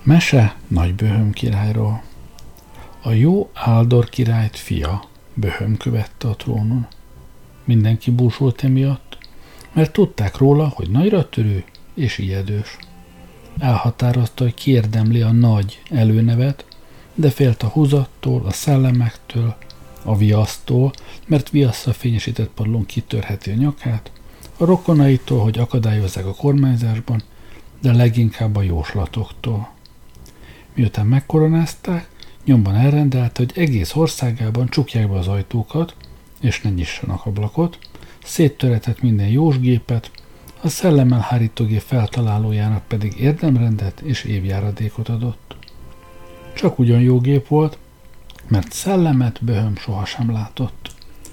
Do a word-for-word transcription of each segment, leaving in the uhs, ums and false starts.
Mese Nagy Böhöm királyról. A jó Áldor királyt fia, Böhöm követte a trónon. Mindenki búsult emiatt, mert tudták róla, hogy nagyra törő és ijedős. Elhatározta, hogy kiérdemli a nagy előnevet, de félt a húzattól, a szellemektől, a viasztól, mert viasszal fényesített padlón kitörheti a nyakát, a rokonaitól, hogy akadályozzák a kormányzásban, de leginkább a jóslatoktól. Miután megkoronázták, nyomban elrendelte, hogy egész országában csukják be az ajtókat, és ne nyissanak ablakot, széttöretett minden jósgépet, a szellemmel hárítógép feltalálójának pedig érdemrendet és évjáradékot adott. Csak ugyan jó gép volt, mert szellemet Böhöm sohasem látott.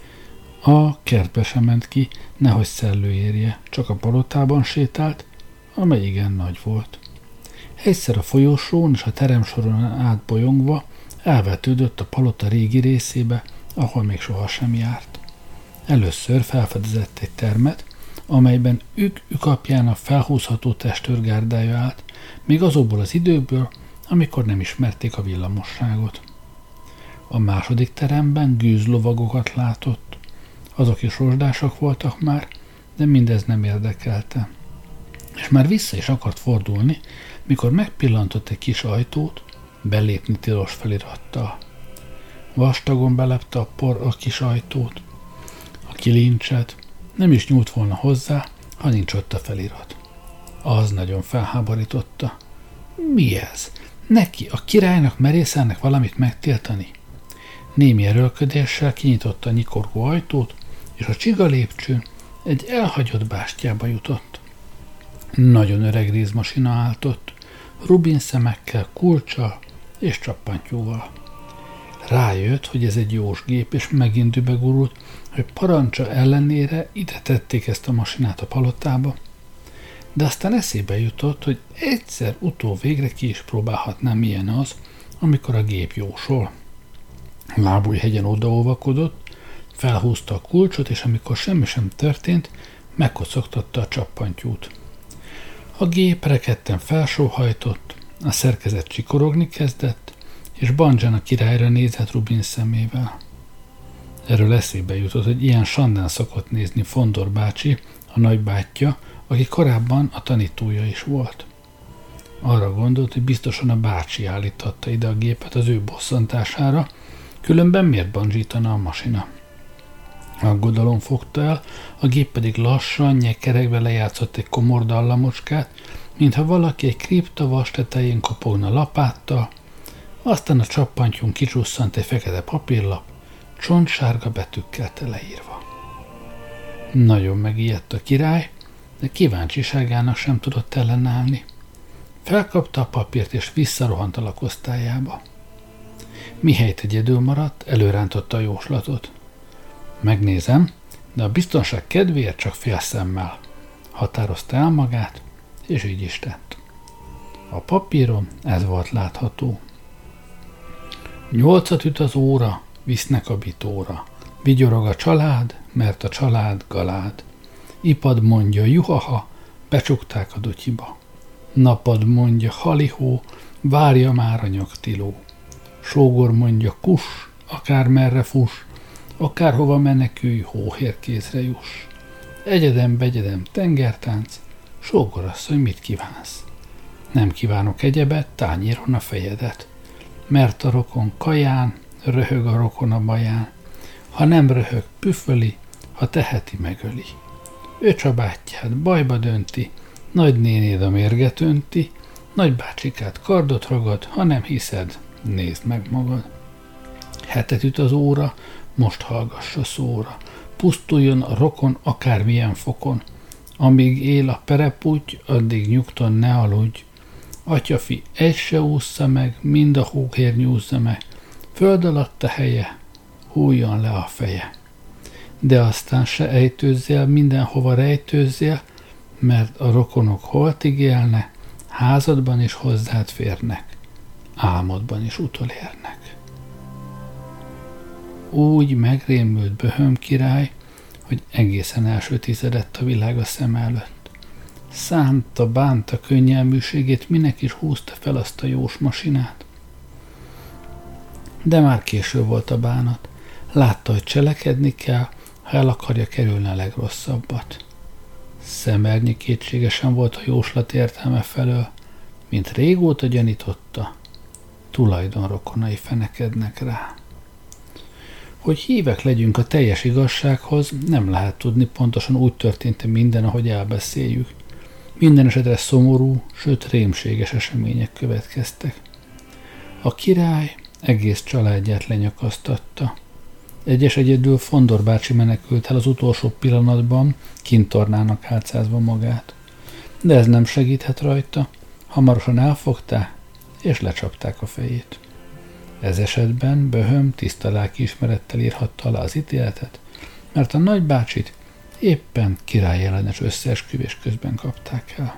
A kertbe sem ment ki, nehogy szellő érje, csak a palotában sétált, amely igen nagy volt. Egyszer a folyosón és a teremsoron átbolyongva elvetődött a palota régi részébe, ahol még sohasem járt. Először felfedezett egy termet, amelyben ük-ük apján a felhúzható testőrgárdája állt, még azokból az időkből, amikor nem ismerték a villamosságot. A második teremben gűzlovagokat látott. Azok is rozsdásak voltak már, de mindez nem érdekelte. És már vissza is akart fordulni, mikor megpillantott egy kis ajtót, belépni tilos felirattal. Vastagon belepte a por a kis ajtót, a kilincset, nem is nyúlt volna hozzá, ha nincs ott a felirat. Az nagyon felháborította. Mi ez? Neki, a királynak merészelnek valamit megtiltani? Némi erőlködéssel kinyitotta a nyikorgó ajtót, és a csiga lépcsőn egy elhagyott bástyába jutott. Nagyon öreg rézmasina állt ott, rubin szemekkel, kulccsal és csappantyúval. Rájött, hogy ez egy jós gép, és megint dübegurult, hogy parancsa ellenére ide tették ezt a masinát a palotába, de aztán eszébe jutott, hogy egyszer utó végre ki is próbálhatná, milyen az, amikor a gép jósol. Lábújhegyen odaolvakodott, felhúzta a kulcsot, és amikor semmi sem történt, megkocogtatta a csappantyút. A gép rekedten felsóhajtott, a szerkezet csikorogni kezdett, és Bandzsán a királyra nézett rubin szemével. Erről eszébe jutott, hogy ilyen sandán szokott nézni Fondor bácsi, a nagybátyja, aki korábban a tanítója is volt. Arra gondolt, hogy biztosan a bácsi állította ide a gépet az ő bosszantására, különben miért bandzsítana a masina. Aggodalom fogta el, a gép pedig lassan, nyekeregve lejátszott egy komor dallamocskát, mintha valaki egy kripta vas tetején kopogna lapáttal, aztán a csappantyún kicsusszant egy fekete papírlap, csontsárga betűkkel teleírva. Nagyon megijedt a király, de kíváncsiságának sem tudott ellenállni. Felkapta a papírt és visszarohant a lakosztályába. Mihelyt egyedül maradt, előrántotta a jóslatot. Megnézem, de a biztonság kedvéért csak fél szemmel. Határozta el magát, és így is tett. A papíron ez volt látható. Nyolcat üt az óra, visznek a bitóra. Vigyorog a család, mert a család galád. Ipad mondja juhaha, becsukták a dutyiba. Napad mondja halihó, várja már a nyaktiló. Sógor mondja kus, akár merre fuss, akárhova menekülj, hóhérkézre juss. Egyedem, begyedem, tengertánc, sógorasszony, mit kívánsz? Nem kívánok egyebet, tányéron a fejedet, mert a rokon kaján, röhög a rokon a baján. Ha nem röhög, püföli, ha teheti, megöli. Öcsabátyját bajba dönti, nagynénéd a mérget önti, nagybácsikát kardot ragad, ha nem hiszed, nézd meg magad. Hetet üt az óra, most hallgass a szóra, pusztuljon a rokon akármilyen fokon, amíg él a perepúty, addig nyugton ne aludj. Atyafi egy se ússza meg, mind a hóhér nyúzza meg, föld alatt a helye, hújjon le a feje. De aztán se ejtőzzél, mindenhova rejtőzzél, mert a rokonok holtig élnek, házadban is hozzád férnek, álmodban is utolérnek. Úgy megrémült Böhöm király, hogy egészen elsötétedett a világ a szem előtt. Szánta, bánta könnyelműségét, minek is húzta fel azt a jós masinát. De már késő volt a bánat. Látta, hogy cselekedni kell, ha el akarja kerülni a legrosszabbat. Szemernyi kétségesen volt a jóslat értelme felől, mint régóta gyanította, tulajdonrokonai fenekednek rá. Hogy hívek legyünk a teljes igazsághoz, nem lehet tudni, pontosan úgy történt minden, ahogy elbeszéljük. Minden esetre szomorú, sőt rémséges események következtek. A király egész családját lenyakasztatta. Egyes egyedül Fondor bácsi menekült el az utolsó pillanatban, kintornának álcázva magát. De ez nem segíthet rajta, hamarosan elfogták, és lecsapták a fejét. Ez esetben Böhöm tiszta lelkiismerettel írhatta alá az ítéletet, mert a nagybácsit éppen királyellenes összeesküvés közben kapták el.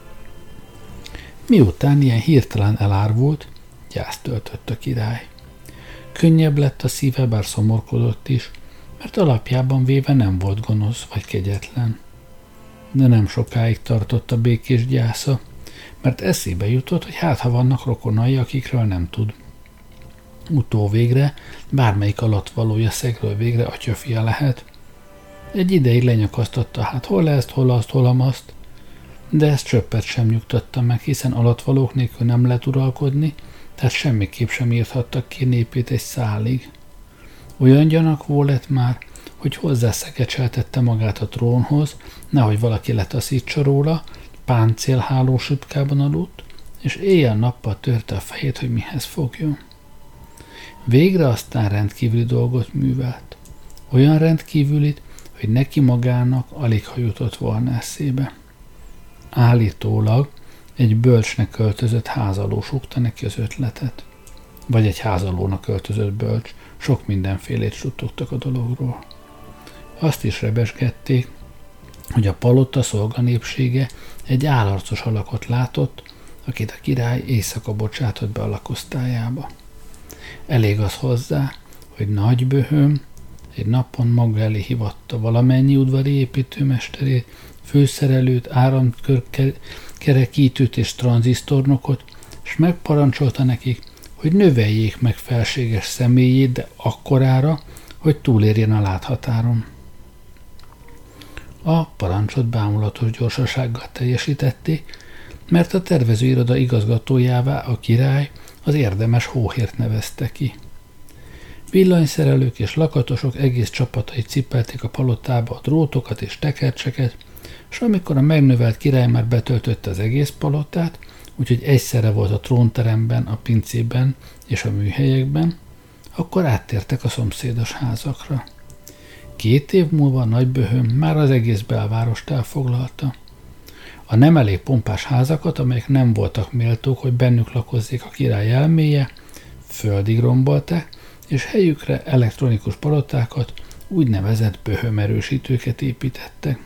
Miután ilyen hirtelen elárvult, gyászt töltött a király. Könnyebb lett a szíve, bár szomorkodott is, mert alapjában véve nem volt gonosz vagy kegyetlen. De nem sokáig tartott a békés gyásza, mert eszébe jutott, hogy hát ha vannak rokonai, akikről nem tud. Utóvégre bármelyik alattvalója szegről végre atyafia lehet. Egy ideig lenyakasztotta, hát hol ezt, hol azt, hol amazt, de ezt csöppet sem nyugtatta meg, hiszen alattvalók nélkül nem lehet uralkodni, tehát semmiképp sem írhattak ki népét egy szálig. Olyan gyanakvó lett már, hogy hozzászekecsáltette magát a trónhoz, nehogy valaki letaszítsa róla, páncélháló sütkában aludt, és éjjel-nappal törte a fejét, hogy mihez fogjon. Végre aztán rendkívüli dolgot művelt. Olyan rendkívülit, hogy neki magának alig ha jutott volna eszébe. Állítólag egy bölcsnek költözött házaló súgta neki az ötletet. Vagy egy házalónak költözött bölcs, sok mindenfélét suttogtak a dologról. Azt is rebesgették, hogy a palota szolganépsége egy állarcos alakot látott, akit a király éjszaka bocsátott be a lakosztályába. Elég az hozzá, hogy Nagy Böhöm egy napon maga elé hívatta valamennyi udvari építőmesterét, főszerelőt, áramkerekítőt és tranzisztornokot, és megparancsolta nekik, hogy növeljék meg felséges személyét, de akkorára, hogy túlérjen a láthatáron. A parancsot bámulatos gyorsasággal teljesítették, mert a tervezőiroda igazgatójává a király az érdemes hóhért nevezte ki. Villanyszerelők és lakatosok egész csapatai cipelték a palotába a drótokat és tekercseket, és amikor a megnövelt király már betöltötte az egész palotát, úgyhogy egyszerre volt a trónteremben, a pincében és a műhelyekben, akkor áttértek a szomszédos házakra. Két év múlva Nagy Böhöm már az egész belvárost elfoglalta. A nem elég pompás házakat, amelyek nem voltak méltók, hogy bennük lakozzék a király elméje, földig rombolták, és helyükre elektronikus palotákat, úgynevezett Böhöm-erősítőket építettek.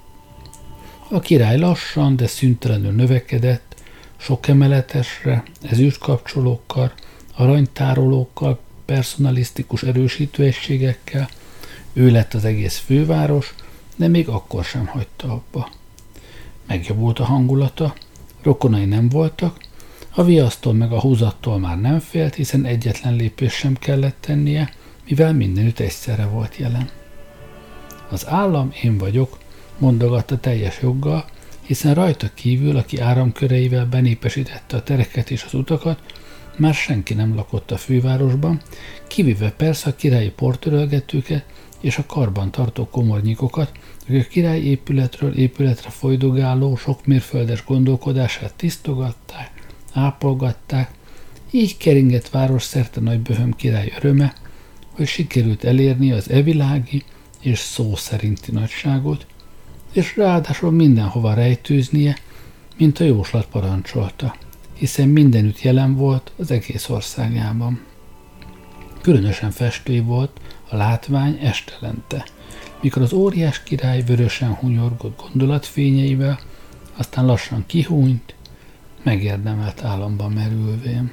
A király lassan, de szüntelenül növekedett, sok emeletesre, ezüstkapcsolókkal, aranytárolókkal, personalisztikus erősítőegységekkel. Ő lett az egész főváros, de még akkor sem hagyta abba. Megjobbult a hangulata, rokonai nem voltak, a viasztól meg a húzattól már nem félt, hiszen egyetlen lépés sem kellett tennie, mivel mindenütt egyszerre volt jelen. Az állam én vagyok, mondogatta teljes joggal, hiszen rajta kívül, aki áramköreivel benépesítette a tereket és az utakat, már senki nem lakott a fővárosban, kivéve persze a királyi portörölgetőket és a karban tartó komornyikokat, akik a király épületről épületre folydogáló, sok mérföldes gondolkodását tisztogatták, ápolgatták, így keringett város szerte Nagy Böhöm király öröme, hogy sikerült elérni az evilági és szó szerinti nagyságot, és ráadásul mindenhova rejtőznie, mint a jóslat parancsolta, hiszen mindenütt jelen volt az egész országában. Különösen festő volt a látvány estelente, mikor az óriás király vörösen hunyorgott gondolatfényeivel, aztán lassan kihúnyt, megérdemelt álomban merülvén.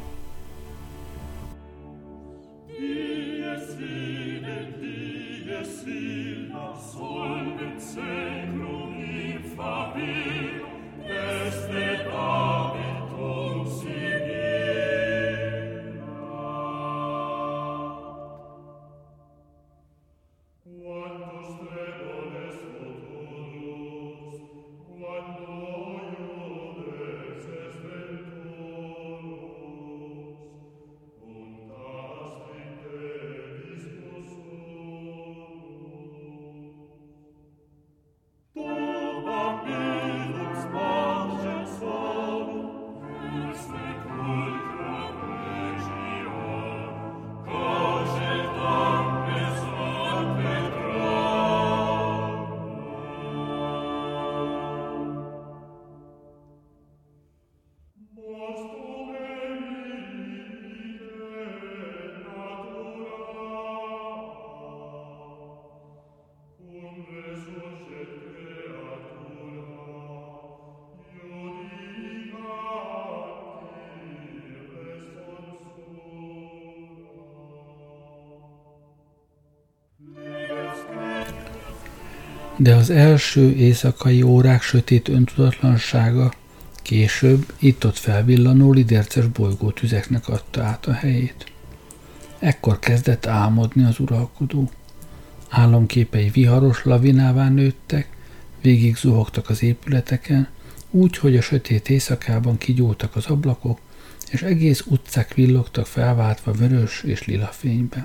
Dies Frieden, dies De az első éjszakai órák sötét öntudatlansága később itt-ott felvillanó lidérces bolygótüzeknek adta át a helyét. Ekkor kezdett álmodni az uralkodó. Álomképei viharos lavinává nőttek, végig zuhogtak az épületeken, úgy, hogy a sötét éjszakában kigyúltak az ablakok, és egész utcák villogtak felváltva vörös és lila fényben.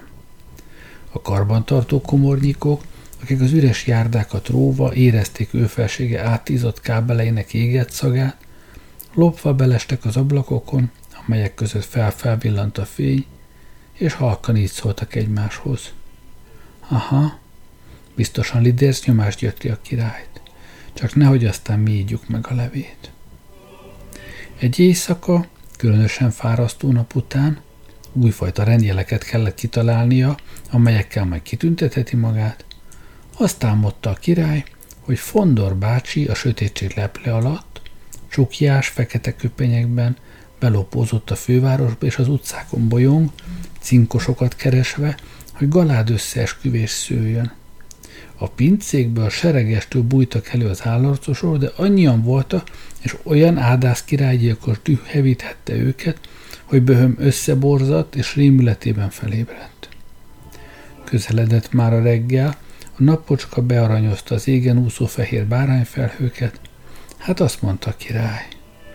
A karbantartó komornyikok, akik az üres járdákat róva érezték ő felsége áttízott kábeleinek égett szagát, lopva belestek az ablakokon, amelyek között felfelvillant a fény, és halkan így szóltak egymáshoz. Aha, biztosan lidérc nyomást gyötri a királyt, csak nehogy aztán mi ígyjuk meg a levét. Egy éjszaka, különösen fárasztó nap után újfajta rendjeleket kellett kitalálnia, amelyekkel majd kitüntetheti magát. Azt álmodta a király, hogy Fondor bácsi a sötétség leple alatt, csukjás, fekete köpenyekben belopózott a fővárosba, és az utcákon bolyong, cinkosokat keresve, hogy galád összeesküvés szőjön. A pincékből seregestől bújtak elő az állarcosok, de annyian voltak, és olyan ádász királygyilkos düh hevíthette őket, hogy Böhöm összeborzadt, és rémületében felébredt. Közeledett már a reggel, a napocska bearanyozta az égen úszó fehér bárányfelhőket, hát azt mondta a király.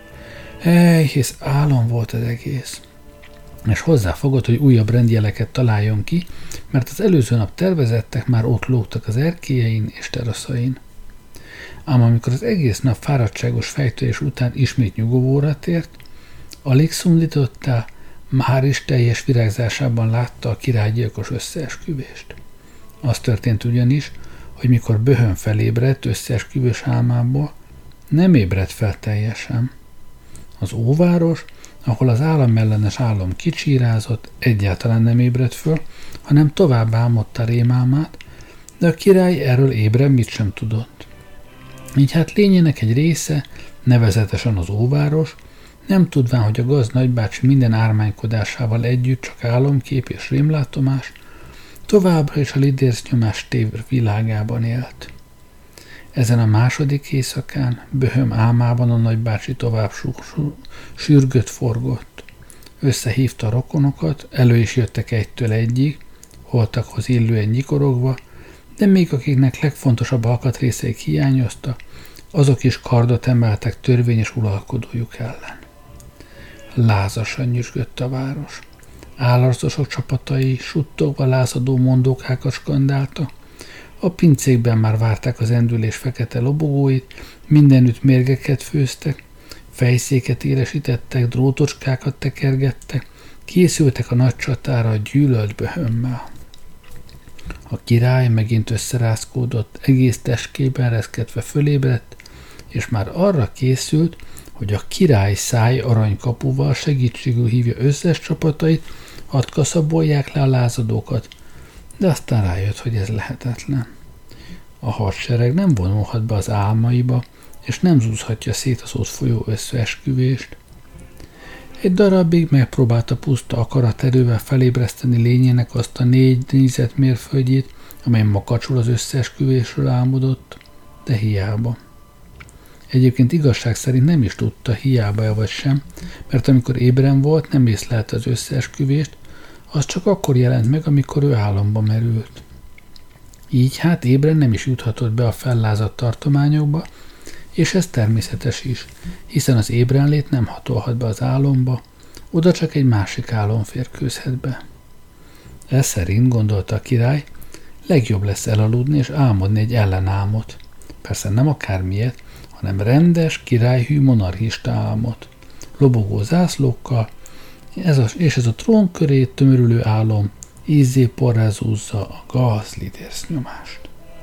Ej, hisz álom volt az egész. És hozzáfogott, hogy újabb rendjeleket találjon ki, mert az előző nap tervezettek már ott lógtak az erkélyein és teraszain. Ám amikor az egész nap fáradtságos fejtörés után ismét nyugovóra tért, alig szumlítottál, már is teljes virágzásában látta a királygyilkos összeesküvést. Az történt ugyanis, hogy mikor Böhöm felébredt összeesküvős álmából, nem ébredt fel teljesen. Az óváros, ahol az államellenes álom kicsírázott, egyáltalán nem ébredt föl, hanem tovább álmodta rémálmát, de a király erről ébren mit sem tudott. Így hát lényének egy része, nevezetesen az óváros, nem tudván, hogy a gaz nagybácsi minden ármánykodásával együtt csak álomkép és rémlátomás, továbbra is a lidérc nyomás tévr világában élt. Ezen a második éjszakán Böhöm álmában a nagybácsi tovább sürgött, forgott. Összehívta a rokonokat, elő is jöttek egytől egyig, holtakhoz illően nyikorogva, de még akiknek legfontosabb alkatrészeik hiányoztak, azok is kardot emeltek törvényes uralkodójuk ellen. Lázasan nyüzsgött a város. Állarcosok csapatai suttogva lázadó mondókákat skandáltak, a pincékben már várták az endülés fekete lobogóit, mindenütt mérgeket főztek, fejszéket élesítettek, drótocskákat tekergettek, készültek a nagy csatára a gyűlölt Böhömmel. A király megint összerázkódott, egész testkében reszketve fölébredt, és már arra készült, hogy a király száj aranykapuval segítségül hívja összes csapatait, hadd kaszabolják le a lázadókat, de aztán rájött, hogy ez lehetetlen. A hadsereg nem vonulhat be az álmaiba, és nem zúzhatja szét az ott folyó összeesküvést. Egy darabig megpróbálta puszta akaraterővel felébreszteni lényének azt a négy négyzetmérföldjét, amely makacsul az összeesküvésről álmodott, de hiába. Egyébként igazság szerint nem is tudta, hiába-e vagy sem, mert amikor ébren volt, nem észlelte az összeesküvést, az csak akkor jelent meg, amikor ő álomba merült. Így hát ébren nem is juthatott be a fellázadt tartományokba, és ez természetes is, hiszen az ébrenlét nem hatolhat be az álomba, oda csak egy másik álom férkőzhet be. Ez szerint, gondolta a király, legjobb lesz elaludni és álmodni egy ellenálmot. Persze nem akármilyet, hanem rendes, királyhű monarchista álmot. Lobogó zászlókkal, ez a, és ez a trón köré tömörülő álom ízzé porrázúzza a gazlidérsz nyomást.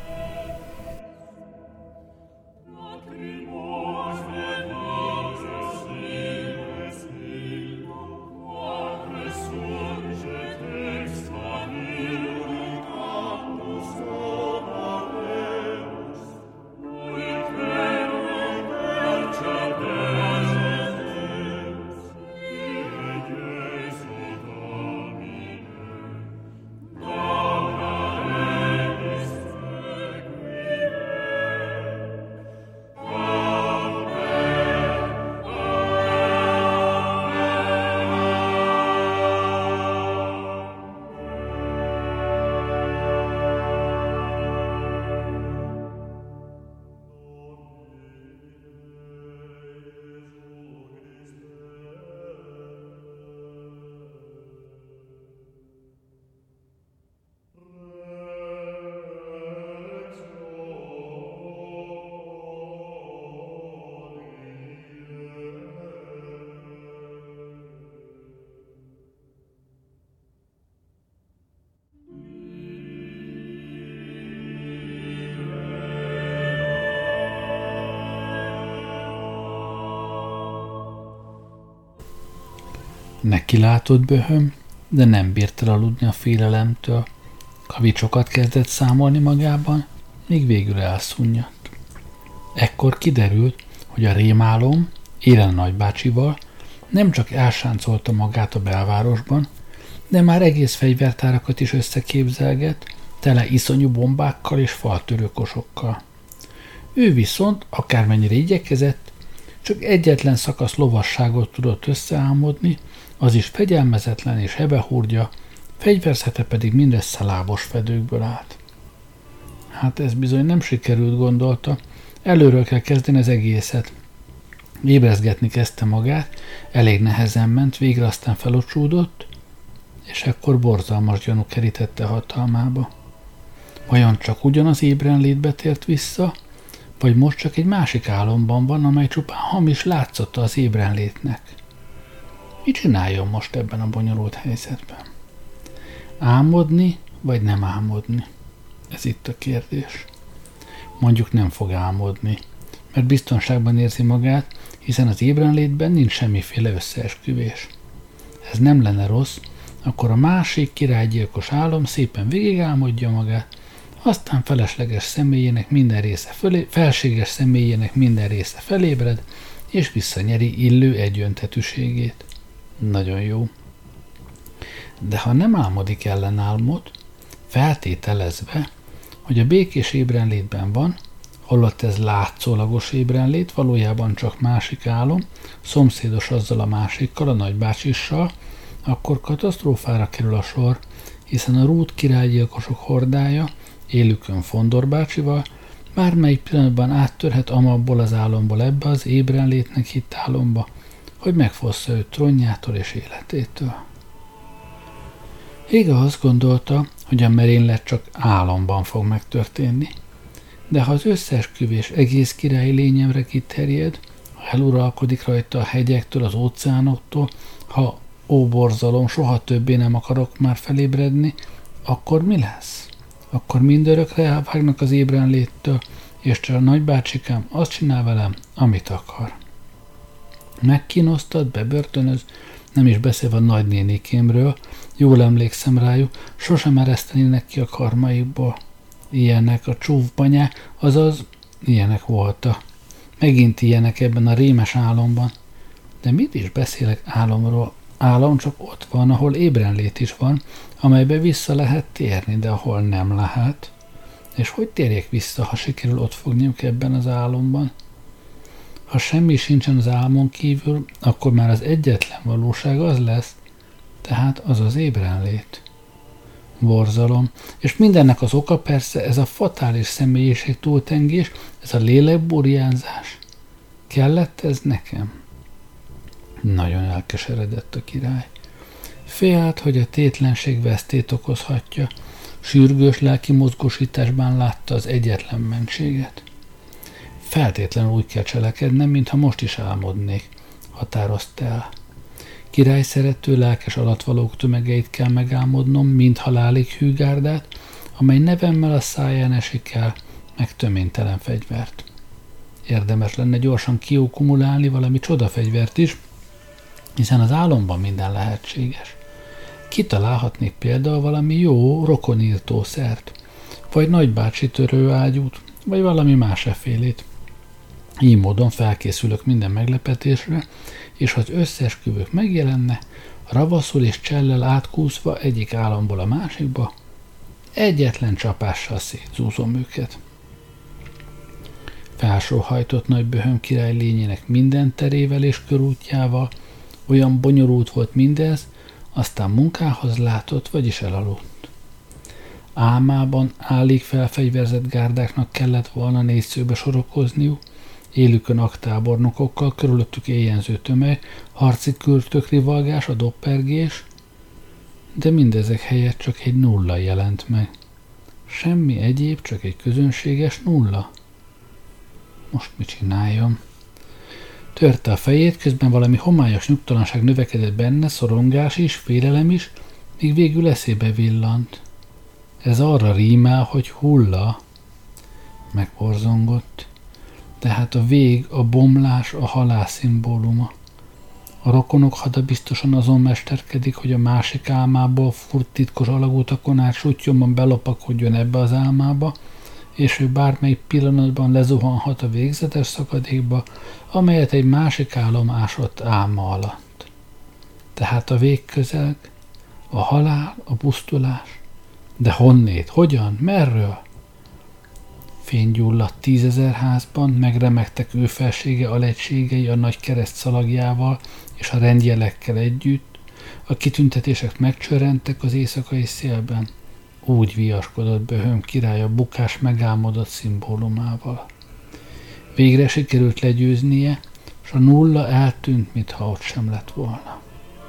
Neki látott Böhöm, de nem bírt el aludni a félelemtől. Kavicsokat kezdett számolni magában, míg végül elszúnnyadt. Ekkor kiderült, hogy a rémálom Élen nagybácsival nem csak elsáncolta magát a belvárosban, de már egész fegyvertárakat is összeképzelget, tele iszonyú bombákkal és faltörőkosokkal. Ő viszont, akármennyire igyekezett, csak egyetlen szakasz lovasságot tudott összeálmodni, az is fegyelmezetlen és hebehúrgya, fegyverszete pedig mindössze lábos fedőkből állt. Hát ez bizony nem sikerült, gondolta, előről kell kezdeni az egészet. Ébrezgetni kezdte magát, elég nehezen ment, végre aztán felocsúdott, és ekkor borzalmas gyanú kerítette hatalmába. Vajon csak ugyanaz ébrenlétbe tért vissza, vagy most csak egy másik álomban van, amely csupán hamis látszata az ébrenlétnek? Mit csináljon most ebben a bonyolult helyzetben? Álmodni, vagy nem álmodni? Ez itt a kérdés. Mondjuk nem fog álmodni, mert biztonságban érzi magát, hiszen az ébrenlétben nincs semmiféle összeesküvés. Ez nem lenne rossz, akkor a másik királygyilkos álom szépen végigálmodja magát, aztán felesleges személyének minden része fölé, felséges személyének minden része felébred, és visszanyeri illő egyöntetűségét. Nagyon jó. De ha nem álmodik ellenálmot, feltételezve, hogy a békés ébrenlétben van, holott ez látszólagos ébrenlét, valójában csak másik álom, szomszédos azzal a másikkal, a nagybácsissal, akkor katasztrófára kerül a sor, hiszen a rút királygyilkosok hordája, élükön Fondor bácsival, bármelyik pillanatban áttörhet amabból az álomból ebbe az ébrenlétnek hitt álomba, hogy megfossza őt trónjától és életétől. Héga azt gondolta, hogy a merénylet csak álomban fog megtörténni, de ha az összeesküvés egész királyi lényemre kiterjed, ha eluralkodik rajta a hegyektől, az óceánoktól, ha ó borzalom, soha többé nem akarok már felébredni, akkor mi lesz? Akkor mindörökre elvágnak az ébrenléttől, és csak a nagybácsikám azt csinál velem, amit akar. Megkínoztad, bebörtönöz, nem is beszélve a nagynénikémről, jól emlékszem rájuk, sosem eresztenének ki a karmaikból. Ilyenek a csúfbanyák, azaz ilyenek voltak. Megint ilyenek ebben a rémes álomban. De mit is beszélek álomról? Álom csak ott van, ahol ébrenlét is van, amelybe vissza lehet térni, de ahol nem lehet. És hogy térjek vissza, ha sikerül ott fogniuk ebben az álomban? Ha semmi sincsen az álmon kívül, akkor már az egyetlen valóság az lesz, tehát az az ébrenlét. Borzalom, és mindennek az oka persze ez a fatális személyiség túltengés, ez a lélekburjánzás. Kellett ez nekem? Nagyon elkeseredett a király. Félt, hogy a tétlenség vesztét okozhatja, sürgős lelki mozgósításban látta az egyetlen mentséget. Feltétlenül úgy kell cselekednem, mintha most is álmodnék, határozta el. Király szerető lelkes alattvalók tömegeit kell megálmodnom, mint halálig hűgárdát, amely nevemmel a száján esik el, meg töménytelen fegyvert. Érdemes lenne gyorsan kiukumulálni valami csodafegyvert is, hiszen az álomban minden lehetséges. Kitalálhatnék például valami jó rokonírtószert, vagy nagybácsi törőágyút, vagy valami más effélét. Így módon felkészülök minden meglepetésre, és ha az összeesküvők megjelenne, ravaszul és csellel átkúszva egyik álomból a másikba, egyetlen csapással szétzúzom őket. Felsóhajtott nagy Böhöm király lényének minden terével és körútjával, olyan bonyolult volt mindez, aztán munkához látott, vagyis elaludt. Álmában állig felfegyverzett gárdáknak kellett volna négyszögbe sorokozniuk, élükön aktábornokokkal, körülöttük éjjenző tömeg, harci kürtök rivalgás, a doppergés, de mindezek helyett csak egy nulla jelent meg. Semmi egyéb, csak egy közönséges nulla. Most mit csináljon? Törte a fejét, közben valami homályos nyugtalanság növekedett benne, szorongás is, félelem is, míg végül eszébe villant. Ez arra rímel, hogy hulla. Megborzongott. Tehát a vég, a bomlás, a halál szimbóluma. A rokonok hada biztosan azon mesterkedik, hogy a másik álmából furt titkos alagútakon át sutyomban belopakodjon ebbe az álmába, és ő bármelyik pillanatban lezuhanhat a végzetes szakadékba, amelyet egy másik álom ásott álma alatt. Tehát a vég közelg, a halál, a pusztulás. De honnét, hogyan, merről? Fény gyulladt tízezer házban, megremegtek ő felsége alegységei a nagy kereszt szalagjával és a rendjelekkel együtt, a kitüntetések megcsörrentek az éjszakai szélben. Úgy viaskodott Böhöm király a bukás megálmodott szimbólumával. Végre sikerült legyőznie, s a nulla eltűnt, mintha ott sem lett volna.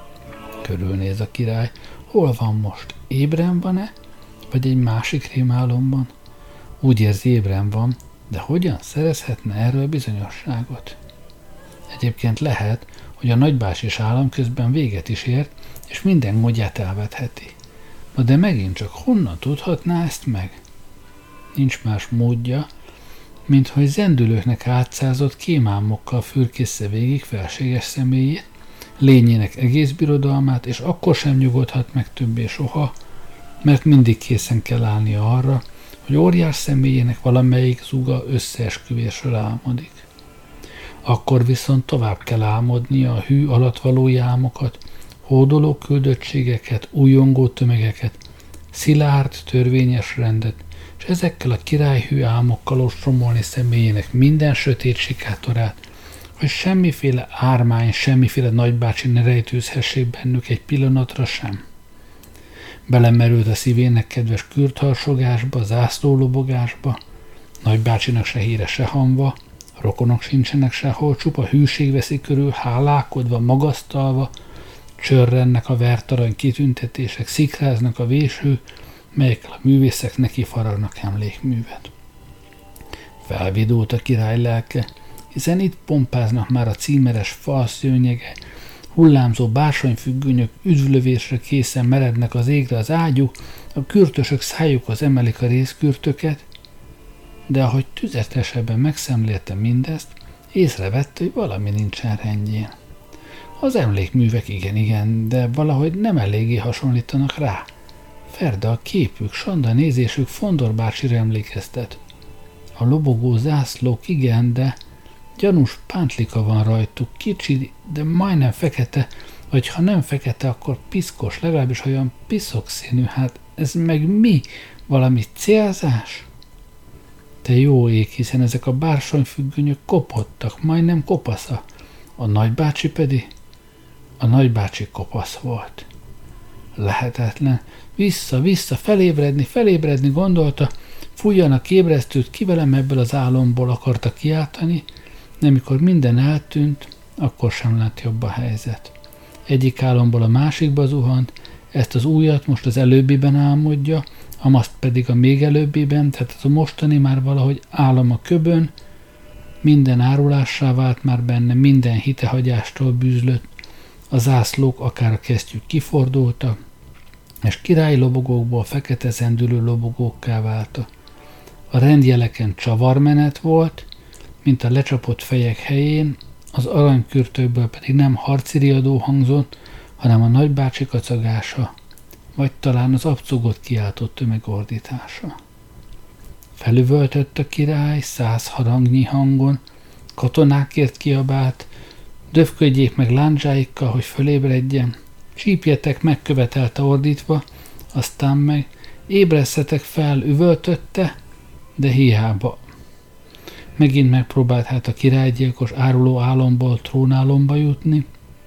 Körülnéz a király, hol van most? Ébren van-e? Vagy egy másik rémálomban? Úgy érzi, ébren van, de hogyan szerezhetne erről bizonyosságot? Egyébként lehet, hogy a nagybácsis állam közben véget is ért, és minden gondját elvetheti. Na de megint csak honnan tudhatná ezt meg? Nincs más módja, mint hogy zendülőknek átszázott kémálmokkal fürkészze végig felséges személyét, lényének egész birodalmát, és akkor sem nyugodhat meg többé soha, mert mindig készen kell állnia arra, hogy óriás személyének valamelyik zuga összeesküvésről álmodik. Akkor viszont tovább kell álmodnia a hű alattvaló álmokat, hódoló küldöttségeket, újongó tömegeket, szilárd, törvényes rendet, és ezekkel a királyhű álmokkal ostromolni személyének minden sötét sikátorát, hogy semmiféle ármány, semmiféle nagybácsi ne rejtőzhessék bennük egy pillanatra sem. Belemerült a szívének kedves kürtharsogásba, zászlólobogásba, nagybácsinak se híre, se hamva, a rokonok sincsenek sehol, csupa hűség veszi körül, hálálkodva, magasztalva, csörrennek a vertarany kitüntetések, szikráznak a véső, melyekkel a művészek neki faragnak emlékművet. Felvidult a király lelke, hiszen itt pompáznak már a címeres falszőnyege, hullámzó bársonyfüggönyök üdvlövésre készen merednek az égre az ágyuk, a kürtösök szájukhoz emelik a részkürtöket, de ahogy tüzetesebben megszemlélte mindezt, észrevette, hogy valami nincsen rendjén. Az emlékművek igen-igen, de valahogy nem eléggé hasonlítanak rá. Ferda a képük, Sanda nézésük Fondor bácsira emlékeztet. A lobogó zászlók igen, de, Gyanús pántlika van rajtuk, kicsi, de majdnem fekete, vagy ha nem fekete, akkor piszkos, legalábbis olyan piszokszínű. Hát ez meg mi? Valami célzás? Te jó ég, hiszen ezek a bársonyfüggönyök kopottak, majdnem kopasza. A nagybácsi pedig? A nagybácsi kopasz volt. Lehetetlen. Vissza, vissza, felébredni, felébredni gondolta, fújjanak ébresztőt, ki velem ebből az álomból akarta kiáltani, de amikor minden eltűnt, akkor sem lett jobb a helyzet. Egyik álomból a másikba zuhant, ezt az újat most az előbbiben álmodja, amazt pedig a még előbbiben, tehát az a mostani már valahogy álom a köbön, minden árulássá vált már benne, minden hitehagyástól bűzlött, a zászlók akár a kesztyűk kifordultak, és királyi lobogókból fekete zendülő lobogókká váltak. A rendjeleken csavarmenet volt, mint a lecsapott fejek helyén, az aranykürtőkből pedig nem harci riadó hangzott, hanem a nagybácsi kacagása, vagy talán az abcugot kiáltott tömegordítása. Felüvöltött a király száz harangnyi hangon, katonákért kiabált, döfködjék meg láncsáikkal, hogy fölébredjen, csípjetek megkövetelte ordítva, aztán meg ébresztetek fel, üvöltötte, de hiába. Megint megpróbált hát a királygyilkos áruló álomból trónálomba jutni,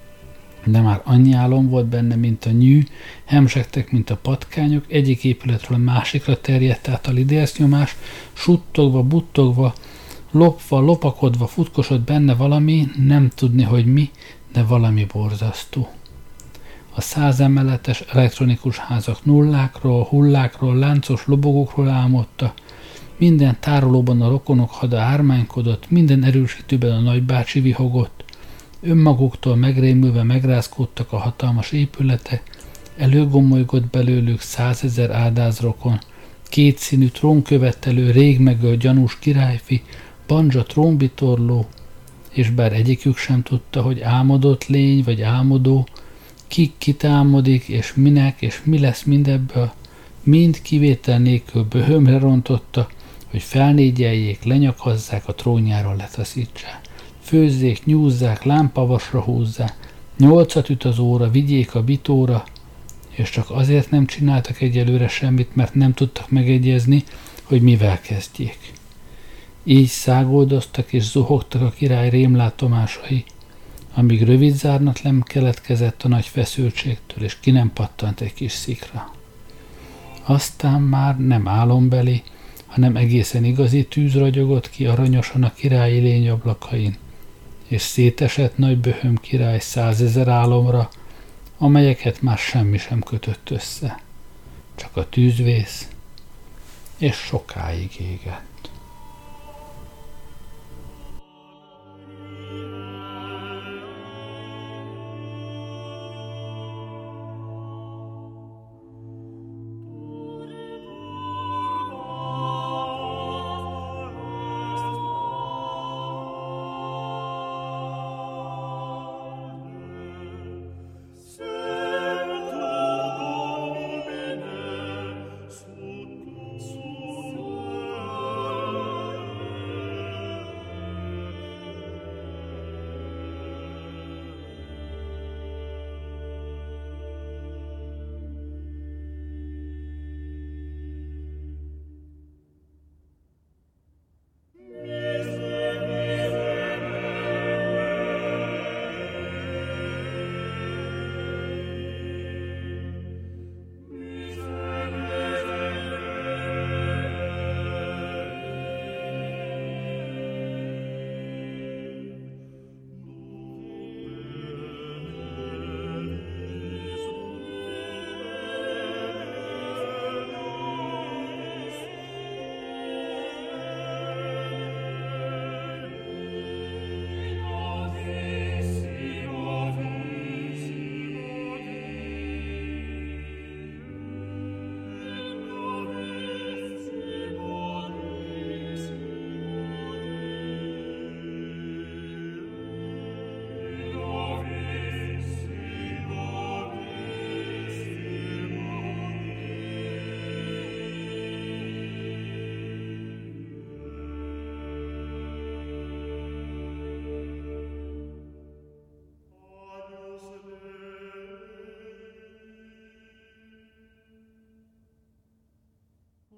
de már annyi álom volt benne, mint a nyű, hemzsegtek, mint a patkányok, egyik épületről a másikra terjedt át a lidércnyomás, suttogva, buttogva, lopva, lopakodva futkosott benne valami, nem tudni, hogy mi, de valami borzasztó. A százemeletes elektronikus házak nullákról, hullákról, láncos lobogókról álmodta, minden tárolóban a rokonok hada ármánykodott, minden erősítőben a nagybácsi vihogott, önmaguktól megrémülve megrázkódtak a hatalmas épületek, előgomolygott belőlük százezer áldázrokon, kétszínű trónkövetelő, rég megölt gyanús királyfi, banja trónbitorló, és bár egyikük sem tudta, hogy álmodott lény vagy álmodó, ki kitálmodik, és minek, és mi lesz mindebből, mind kivétel nélkül böhömre rontotta, hogy felnégyeljék, lenyakazzák, a trónjáról letaszítsák. Főzzék, nyúzzák, lámpavasra húzzák, nyolcat üt az óra, vigyék a bitóra, és csak azért nem csináltak egyelőre semmit, mert nem tudtak megegyezni, hogy mivel kezdjék. Így szágoldoztak és zuhogtak a király rémlátomásai, amíg rövid zárnatlen keletkezett a nagy feszültségtől, és ki nem pattant egy kis szikra. Aztán már nem álombeli, hanem egészen igazi tűz ragyogott ki aranyosan a királyi lény ablakain, és szétesett nagy böhöm király százezer álomra, amelyeket már semmi sem kötött össze. Csak a tűzvész, és sokáig égett.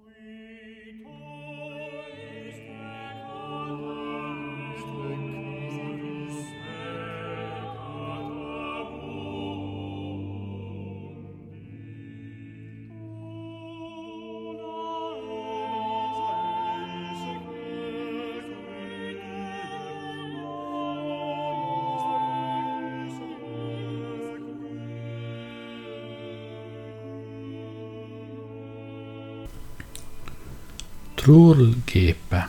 Trull gépe.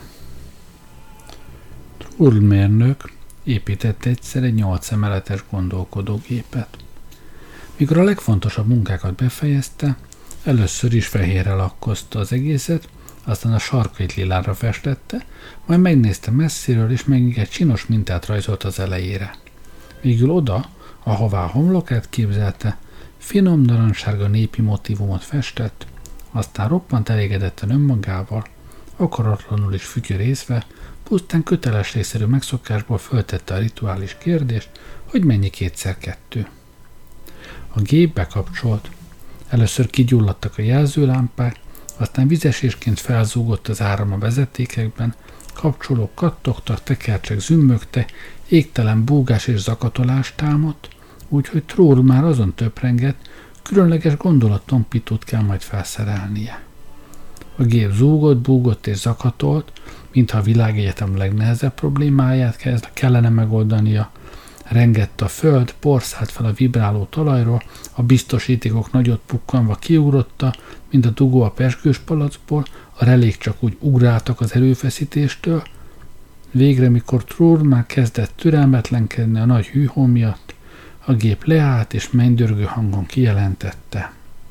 Trull mérnök épített egyszer egy nyolc emeletes gondolkodógépet. Mikor a legfontosabb munkákat befejezte, először is fehérre lakkozta az egészet, aztán a sarkait lilára festette, majd megnézte messziről, és még egy csinos mintát rajzolt az elejére. Végül oda, ahová a homlokát képzelte, finom narancssárga népi motívumot festett, aztán roppant elégedetten önmagával, akaratlanul is fütyörészve, pusztán kötelességszerű megszokásból föltette a rituális kérdést, hogy mennyi kétszer kettő. A gép bekapcsolt. Először kigyulladtak a jelzőlámpák, aztán vizesésként felzúgott az áram a vezetékekben, kapcsolók kattogtak, tekercsek zümmögtek, égtelen búgás és zakatolás támadt, úgyhogy Trull már azon töprengett, különleges gondolattompítót kell majd felszerelnie. A gép zúgott, búgott és zakatolt, mintha a világegyetem legnehezebb problémáját kellene megoldania. Rengett a föld, porszált fel a vibráló talajról, a biztosítékok nagyot pukkanva kiugrotta, mint a dugó a pezsgős palackból, a relék csak úgy ugráltak az erőfeszítéstől. Végre, mikor Trull már kezdett türelmetlenkedni a nagy hűhó miatt, a gép leállt és mennydörgő hangon kijelentette.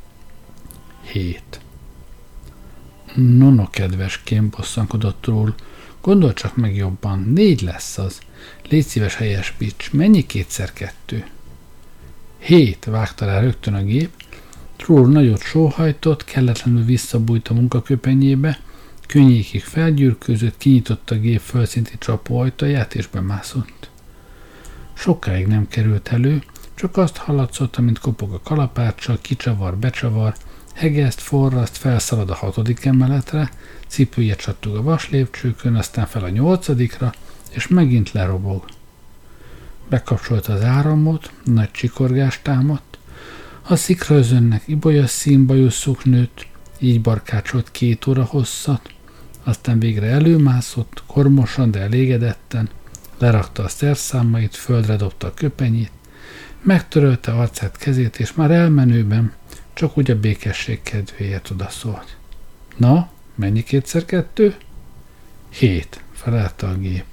Hét. No, no, kedveském, bosszankodott Trull, gondolj csak meg jobban, négy lesz az. Légy szíves, helyesbíts, mennyi kétszer kettő? Hét, vágta rá rögtön a gép. Trull nagyot sóhajtott, kelletlenül visszabújt a munkaköpenyébe, könnyékig felgyűrkőzött, kinyitotta a gép földszinti csapóajtaját és bemászott. Sokáig nem került elő, csak azt hallatszott, amint kopog a kalapáccsal, kicsavar, becsavar, hegeszt, forraszt, felszalad a hatodik emeletre, cipője csattog a vaslépcsőkön, aztán fel a nyolcadikra, és megint lerobog. Bekapcsolta az áramot, nagy csikorgást támadt, a szikraözönnek ibolyas színbajusszuk nőtt, így barkácsolt két óra hosszat, aztán végre előmászott, kormosan, de elégedetten, lerakta a szerszámait, földre dobta a köpenyét, megtörölte arcát, kezét, és már elmenőben csak úgy a békesség kedvéért odaszólt. Na, mennyi kétszer kettő? Hét, felelte a gép.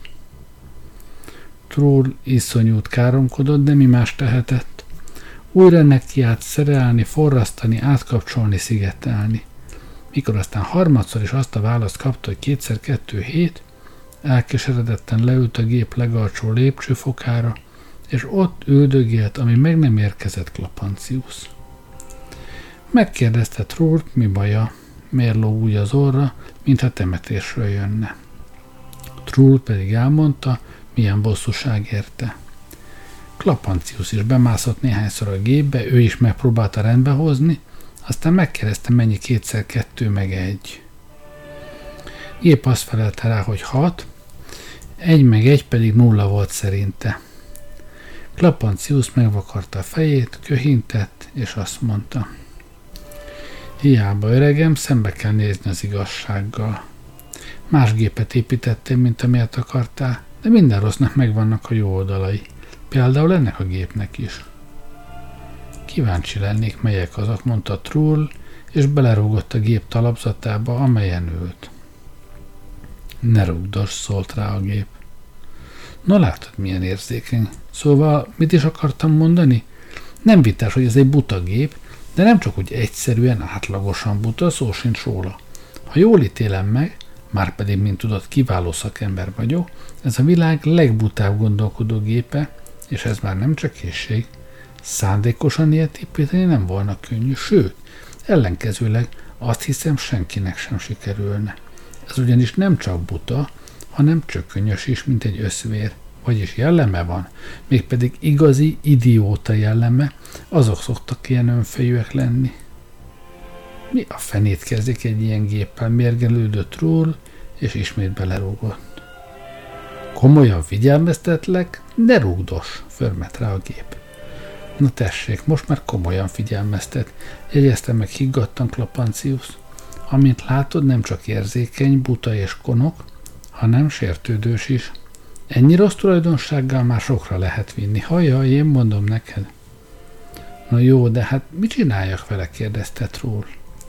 Trull iszonyút káromkodott, de mi más tehetett? Újra nekiállt szerelni, forrasztani, átkapcsolni, szigetelni. Mikor aztán harmadszor is azt a választ kapta, hogy kétszer kettő hét, elkeseredetten leült a gép legalsó lépcsőfokára, és ott üldögélt, ami meg nem érkezett Klapancius. Megkérdezte Trullt, mi baja, miért lóg úgy az orra, mintha temetésről jönne. Trull pedig elmondta, milyen bosszúság érte. Klapancius is bemászott néhányszor a gépbe, ő is megpróbálta rendbe hozni, aztán megkérdezte, mennyi kétszer kettő meg egy. Gép azt felelte rá, hogy hat, egy meg egy pedig nulla volt szerinte. Klapancius megvakarta a fejét, köhintett, és azt mondta: hiába, öregem, szembe kell nézni az igazsággal. Más gépet építettél, mint amilyet akartál, de minden rossznak megvannak a jó oldalai. Például ennek a gépnek is. Kíváncsi lennék, melyek azok, mondta Trull, és belerúgott a gép talapzatába, amelyen ült. Ne rúgdos, szólt rá a gép. Na látod, milyen érzékeny. Szóval mit is akartam mondani? Nem vitás, hogy ez egy buta gép, de nem csak úgy egyszerűen, átlagosan buta, szó sincs róla. Ha jól ítélem meg, márpedig, mint tudod, kiváló szakember vagyok, ez a világ legbutább gondolkodó gépe, és ez már nem csak készség. Szándékosan ilyet építeni nem volna könnyű, sőt, ellenkezőleg azt hiszem, senkinek sem sikerülne. Ez ugyanis nem csak buta, hanem csökönyös is, mint egy összvér. Vagyis jelleme van, mégpedig igazi idióta jelleme, azok szoktak ilyen önfejűek lenni. Mi a fenét kezdik egy ilyen géppel, mérgelődött Trull, és ismét belerúgott. Komolyan figyelmeztetlek, ne rúgdos, förmet rá a gép. Na tessék, most már komolyan figyelmeztet, jegyezte meg higgadtan Klapancius. Amint látod, nem csak érzékeny, buta és konok, hanem sértődős is. Ennyi rossz tulajdonsággal már sokra lehet vinni. Hajjaj, én mondom neked. Na jó, de hát mit csináljak vele, kérdezte Trull.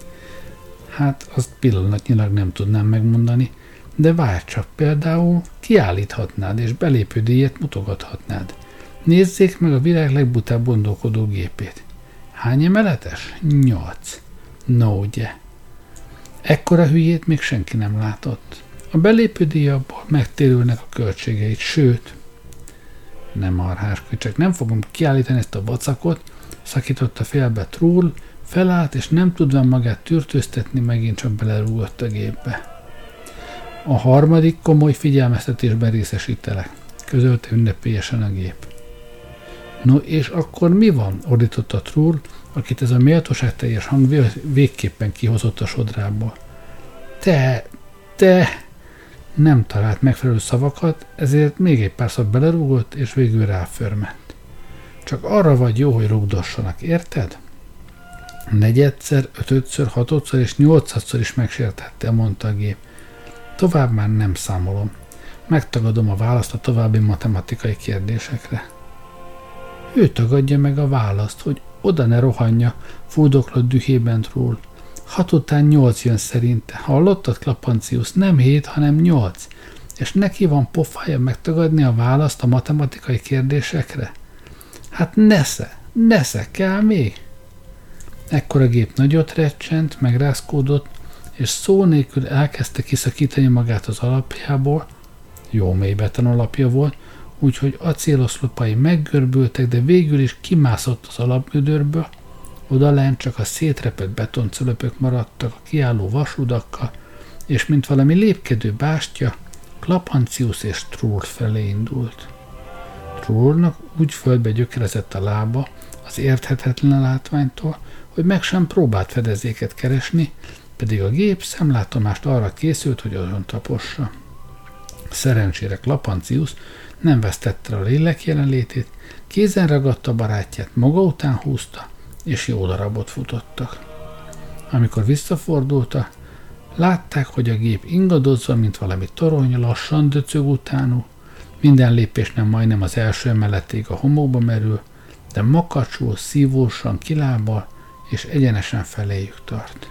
Hát azt pillanatnyilag nem tudnám megmondani, de várj csak, például kiállíthatnád és belépődíjat mutogathatnád. Nézzék meg a világ legbutább gondolkodó gépét. Hány emeletes? Nyolc. No, ugye. Ekkora hülyét még senki nem látott. A belépődíjabból megtérülnek a költségeit, sőt, nem marháskodj, csak nem fogom kiállítani ezt a vacakot, szakította félbe Trull, felállt, és nem tudva magát tűrtőztetni, megint csak belerúgott a gépbe. A harmadik komoly figyelmeztetésben részesítelek, közölte ünnepélyesen a gép. No és akkor mi van? Ordította Trull, akit ez a méltóságteljes hang végképpen kihozott a sodrából. Te, te... Nem talált megfelelő szavakat, ezért még egy párszor belerúgott, és végül ráförmett. Csak arra vagy jó, hogy rúgdossanak, érted? Negyedszer, ötödször, hatodszor és nyolcadszor is megsértette, mondta a gép. Tovább már nem számolom. Megtagadom a választ a további matematikai kérdésekre. Ő tagadja meg a választ, hogy oda ne rohanja, fuldoklott dühében Trull. Hat után nyolc jön szerinte. Hallottad, Klapancius? Nem hét, hanem nyolc. És neki van pofája megtagadni a választ a matematikai kérdésekre? Hát nesze, nesze, kell még? Ekkor a gép nagyot recsent, megrázkódott, és szó nélkül elkezdte kiszakítani magát az alapjából. Jó mély beton alapja volt, úgyhogy acéloszlopai meggörbültek, de végül is kimászott az alapgödörből. Odalent csak a szétrepett betoncölöpök maradtak a kiálló vasudakkal, és mint valami lépkedő bástya, Klapancius és Trull felé indult. Trullnak úgy földbe gyökerezett a lába az érthetetlen látványtól, hogy meg sem próbált fedezéket keresni, pedig a gép szemlátomást arra készült, hogy azon tapossa. Szerencsére Klapancius nem vesztette a lélek jelenlétét, kézen ragadta a barátját, maga után húzta, és jó darabot futottak. Amikor visszafordultak, látták, hogy a gép ingadozva, mint valami torony, lassan döcög utánul, minden lépésnél majdnem az első emeletig a homokba merül, de makacsul, szívósan kilábal, és egyenesen feléjük tart.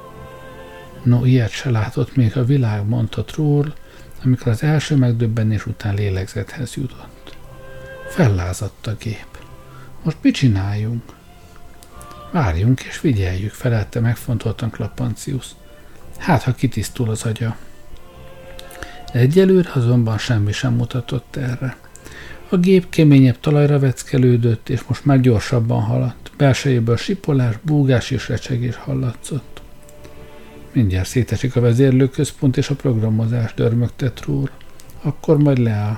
No, ilyet se látott még a világ, mondta Trull, amikor az első megdöbbenés után lélegzethez jutott. Fellázadt a gép. Most mit csináljunk? Várjunk és figyeljük, felelte megfontoltan Klapancius. Hát, ha kitisztul az agya. Egyelőre azonban semmi sem mutatott erre. A gép keményebb talajra veckelődött, és most már gyorsabban haladt. Belsejéből sipolás, búgás és recsegés hallatszott. Mindjárt szétesik a vezérlőközpont és a programozás, dörmögte Trull. Akkor majd leáll.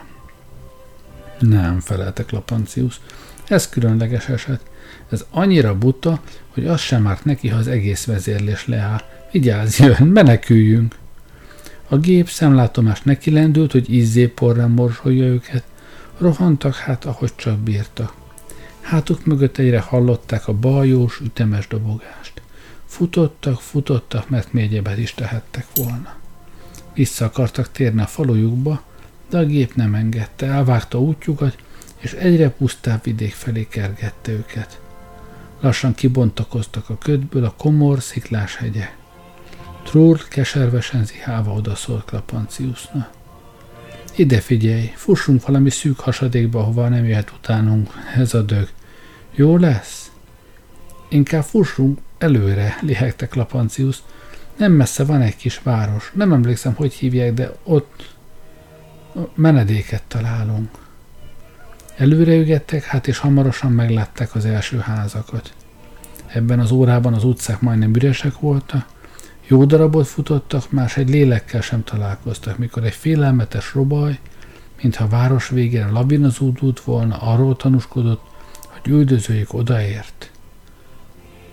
Nem, felelte Klapancius. Ez különleges eset. Ez annyira buta, hogy az sem árt neki, ha az egész vezérlés leáll. Vigyázz, jön, meneküljünk! A gép szemlátomás neki lendült, hogy izzéporrán morzsolja őket. Rohantak hát, ahogy csak bírtak. Hátuk mögött egyre hallották a baljós, ütemes dobogást. Futottak, futottak, mert mi egyebet is tehettek volna. Vissza akartak térni a falujukba, de a gép nem engedte, elvágta útjukat, és egyre pusztább vidék felé kergette őket. Lassan kibontakoztak a ködből a komor, sziklás hegyek. Trull keservesen zihálva odaszólt Klapanciusnak. Ide figyelj, fussunk valami szűk hasadékba, hova nem jöhet utánunk, ez a dög. Jó lesz? Inkább fussunk előre, lihegte Klapancius. Nem messze van egy kis város, nem emlékszem, hogy hívják, de ott menedéket találunk. Előre ügettek, hát és hamarosan meglátták az első házakat. Ebben az órában az utcák majdnem üresek voltak, jó darabot futottak, más egy lélekkel sem találkoztak, mikor egy félelmetes robaj, mintha a város végére lavinazódult volna, arról tanúskodott, hogy üldözőjük odaért.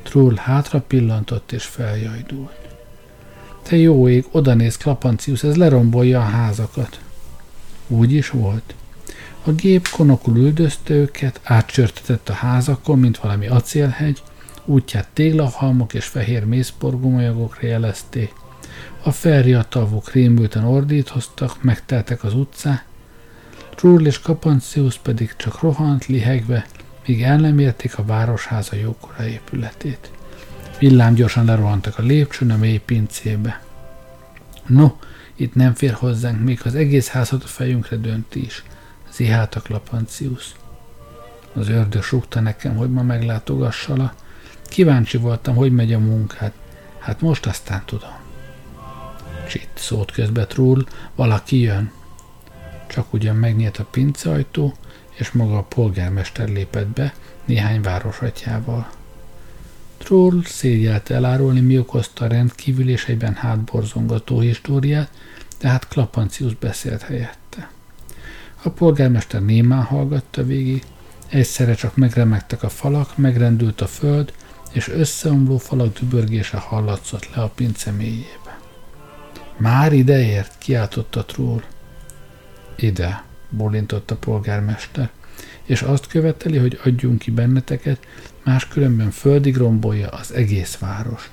Trull hátra pillantott és feljajdult. Te jó ég, odanéz, Klapancius, ez lerombolja a házakat. Úgy is volt. A gép konokul üldözte őket, átcsörtetett a házakon, mint valami acélhegy, útját téglahalmok és fehér mészporgómajagokra jelezték. A felriadt tavuk rémülten ordítoztak, megteltek az utcák, Trull és Klapancius pedig csak rohant, lihegve, míg el nem érték a városháza jókora épületét. Villámgyorsan lerohantak a lépcsőn a mély pincébe. No, itt nem fér hozzánk, még az egész házat a fejünkre dönti is, zihálta Klapancius. Az ördög rúgta nekem, hogy ma meglátogassala. Kíváncsi voltam, hogy megy a munkát. Hát most aztán tudom. Csitt, szólt közbe Trull, valaki jön. Csak ugyan megnyílt a pinceajtó, és maga a polgármester lépett be néhány városatyával. Trull szégyelte elárulni, mi okozta a rendkívül és egyben hátborzongató históriát, de hát Klapancius beszélt helyette. A polgármester némán hallgatta végig, egyszerre csak megremegtek a falak, megrendült a föld, és összeomló falak dübörgése hallatszott le a pince mélyébe. Már ideért, kiáltotta Trull. Ide, bólintott a polgármester, és azt követeli, hogy adjunk ki benneteket, máskülönben földig rombolja az egész várost.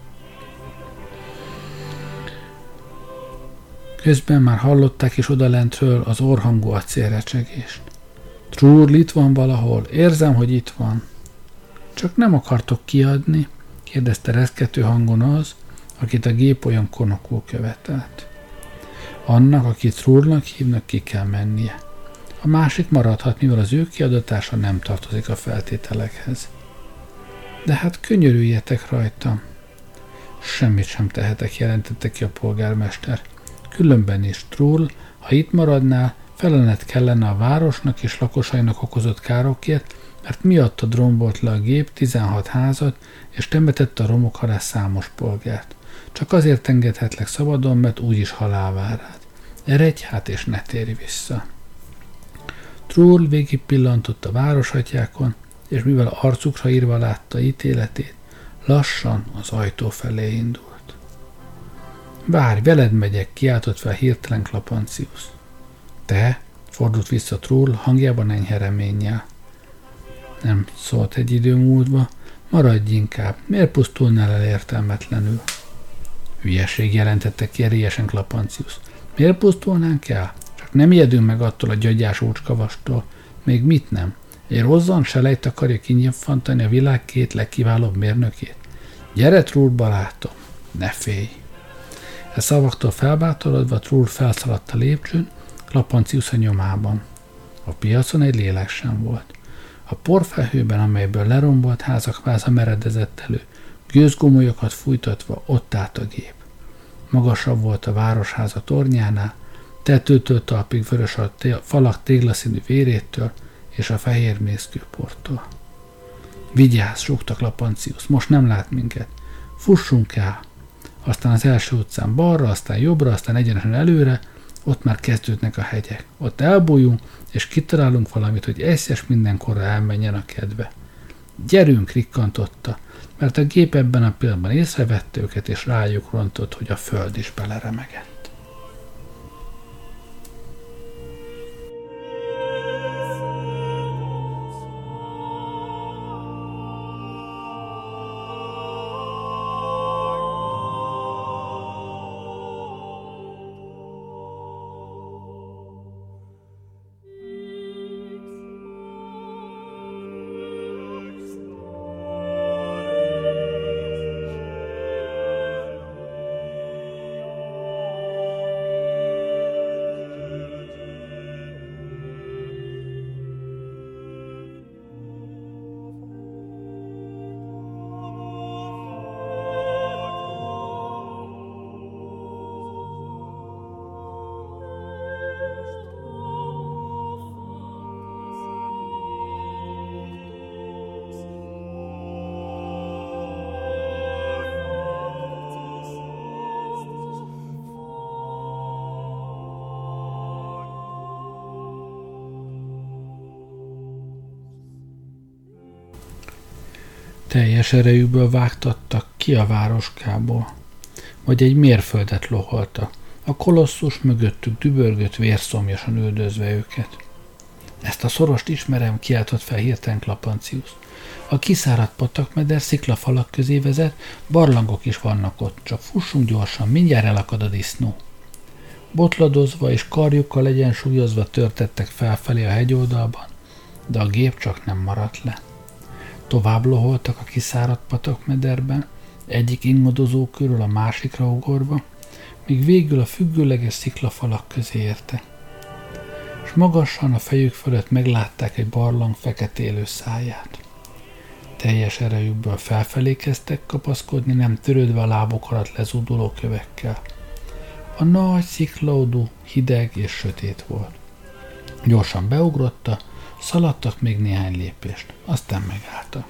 Közben már hallották is odalentről az orrhangú acélrecsegést. Trull, itt van valahol, érzem, hogy itt van. Csak nem akartok kiadni? Kérdezte reszkető hangon az, akit a gép olyan konokul követelt. Annak, akit Trullnak hívnak, ki kell mennie. A másik maradhat, mivel az ő kiadatása nem tartozik a feltételekhez. De hát könyörüljetek rajtam. Semmit sem tehetek, jelentette ki a polgármester. Különben is, Trull, ha itt maradnál, felenet kellene a városnak és lakosainak okozott károkért, mert miattad rombolt le a gép tizenhat házat, és temetette a romok alá számos polgárt. Csak azért engedhetlek szabadon, mert úgyis halál vár rád. Eredj hát, és ne térj vissza. Trull végig pillantott a városatyákon, és mivel arcukra írva látta ítéletét, lassan az ajtó felé indult. Várj, veled megyek, kiáltott fel hirtelen Klapancius. Te? Fordult vissza Trull, hangjában enyhe reménnyel. Nem, szólt egy idő múlva, maradj inkább, miért pusztulnál el értelmetlenül? Hülyeség, jelentette ki erélyesen Klapancius. Miért pusztulnánk el? Csak nem ijedünk meg attól a gyagyás ócskavastól. Még mit nem? Egy rozzan selejt akarja kinyilvantani a világ két legkiválóbb mérnökét. Gyere, Trull, barátom, ne félj! E szavaktól felbátorodva Trull felszaladt a lépcsőn, Klapancius a nyomában. A piacon egy lélek sem volt. A porfelhőben, amelyből lerombolt házak váza meredezett elő, gőzgomolyokat fújtatva ott állt a gép. Magasabb volt a városháza tornyánál, tetőtől talpig vörös a falak téglaszínű vérétől és a fehér mészkőporttól. Vigyázz, súgta Klapancius, most nem lát minket. Fussunk el! Aztán az első utcán balra, aztán jobbra, aztán egyenesen előre, ott már kezdődnek a hegyek. Ott elbújunk, és kitalálunk valamit, hogy egyszeres mindenkorra elmenjen a kedve. Gyerünk, rikkantotta, mert a gép ebben a pillanatban észrevette őket, és rájuk rontott, hogy a föld is beleremegett. Teljes erejükből vágtattak ki a városkából, vagy egy mérföldet loholtak, a kolosszus mögöttük dübörgött vérszomjasan üldözve őket. Ezt a szorost ismerem, kiáltott fel hirtelen Klapancius. A kiszáradt patakmeder sziklafalak közé vezet, barlangok is vannak ott, csak fussunk gyorsan, mindjárt elakad a disznó. Botladozva és karjukkal egyensúlyozva törtettek felfelé a hegyoldalban, de a gép csak nem maradt le. Tovább loholtak a kiszáradt patakmederben, egyik ingadozó körül a másikra ugorva, míg végül a függőleges sziklafalak közé értek. S magasan a fejük fölött meglátták egy barlang feketélő száját. Teljes erejükből felfelé kezdtek kapaszkodni, nem törődve a lábok alatt lezúduló kövekkel. A nagy sziklaudú hideg és sötét volt. Gyorsan beugrotta, szaladtak még néhány lépést, aztán megálltak.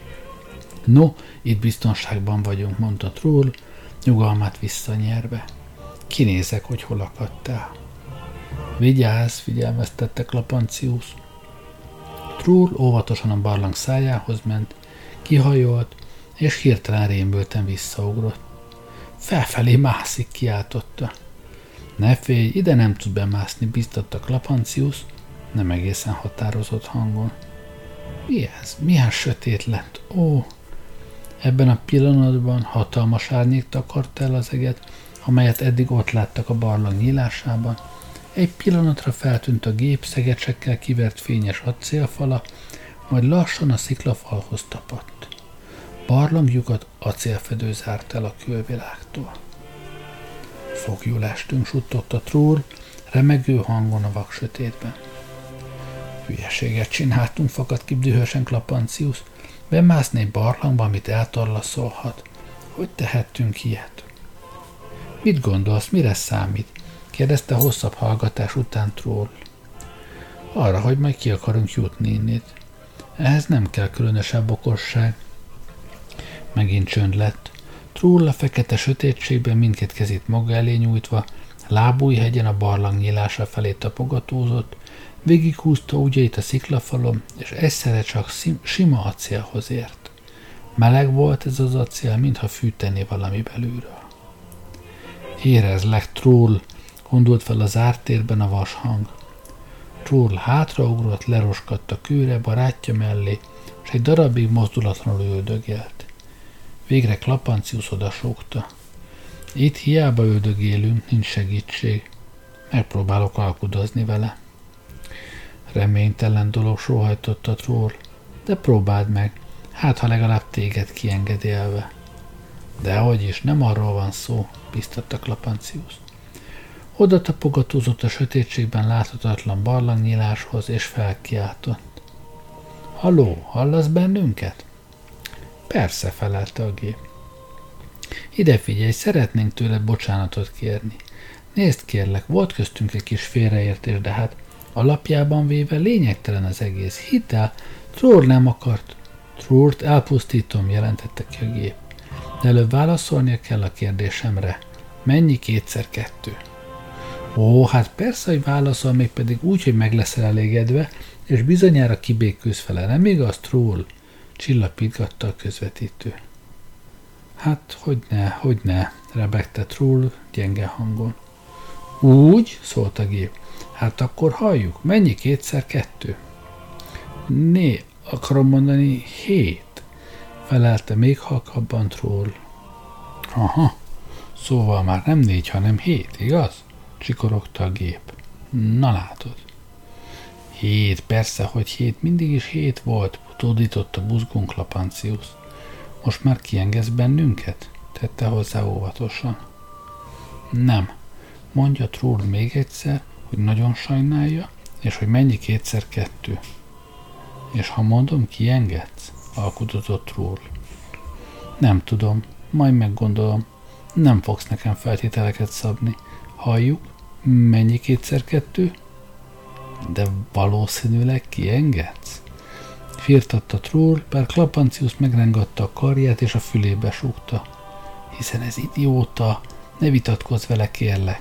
No, itt biztonságban vagyunk, mondta Trull, nyugalmát visszanyerve. Kinézek, hogy hol akadtál. Vigyázz, figyelmeztette Klapancius. Trull óvatosan a barlang szájához ment, kihajolt, és hirtelen rémülten visszaugrott. Felfelé mászik, kiáltotta. Ne félj, ide nem tud bemászni, biztatta Klapancius, nem egészen határozott hangon. Mi ez? Milyen sötét lett? Ó! Ebben a pillanatban hatalmas árnyék takarta el az eget, amelyet eddig ott láttak a barlang nyílásában. Egy pillanatra feltűnt a gép szegecsekkel kivert fényes acélfala, majd lassan a sziklafalhoz tapadt. Barlangjukat acélfedő zárt el a külvilágtól. Fogjul estünk, suttogta Trull, remegő hangon a vaksötétben. Hülyeséget csináltunk, fakadt ki dühösen Klapancius. Bemászni egy barlangba, amit eltorlaszolhat. Hogy tehettünk ilyet? Mit gondolsz, mire számít? Kérdezte hosszabb hallgatás után Trull. Arra, hogy majd ki akarunk jutni innét. Ehhez nem kell különösebb okosság. Megint csönd lett. Trull a fekete sötétségben mindkét kezét maga elé nyújtva, lábújhegyen a barlang nyílása felé tapogatózott, végighúzta ujjait a sziklafalon, és egyszerre csak szim- sima acélhoz ért. Meleg volt ez az acél, mintha fűtené valami belülről. Érezlek, Trull, gondolt fel az ártérben a vashang. Trull hátraugrott, leroskadt a kőre barátja mellé, és egy darabig mozdulatlanul üldögélt. Végre Klapancius odasógta. Itt hiába üldögélünk, nincs segítség. Megpróbálok alkudozni vele. Reménytelen dolog sóhajtotta Trull, de próbáld meg, hát ha legalább téged kiengedélve. Dehogy is, nem arról van szó, biztatta Klapancius. Oda tapogatózott a sötétségben láthatatlan barlangnyíláshoz, és felkiáltott. Halló, hallasz bennünket? Persze, felelte a gép. Ide figyelj, szeretnénk tőled bocsánatot kérni. Nézd kérlek, volt köztünk egy kis félreértés, de hát alapjában véve lényegtelen az egész. Hidd el, Trull nem akart. Trullt elpusztítom, jelentette ki a gép. De előbb válaszolnia kell a kérdésemre. Mennyi kétszer kettő? Ó, hát persze, hogy válaszol, még pedig úgy, hogy meg leszel elégedve, és bizonyára kibékülsz vele, nem igaz, Trull? Csillapítgatta a közvetítő. Hát, hogy ne, hogy ne, rebegte Trull gyenge hangon. Úgy, szólt a gép. Hát akkor halljuk, mennyi kétszer kettő? Né, akarom mondani, hét, felelte még halkabban Trull. Aha, szóval már nem négy, hanem hét, igaz? Csikorogta a gép. Na látod. Hét, persze, hogy hét, mindig is hét volt, utódította buzgón Klapancius. Most már kiengedsz bennünket? Tette hozzá óvatosan. Nem, mondja Trull még egyszer, hogy nagyon sajnálja, és hogy mennyi kétszer kettő. És ha mondom, kiengedsz? Alkudozott Trull. Nem tudom, majd meggondolom. Nem fogsz nekem feltételeket szabni. Halljuk, mennyi kétszer kettő? De valószínűleg kiengedsz? Firtatta Trull, bár Klapancius megrengatta a karját és a fülébe súgta. Hiszen ez idióta, ne vitatkozz vele, kérlek.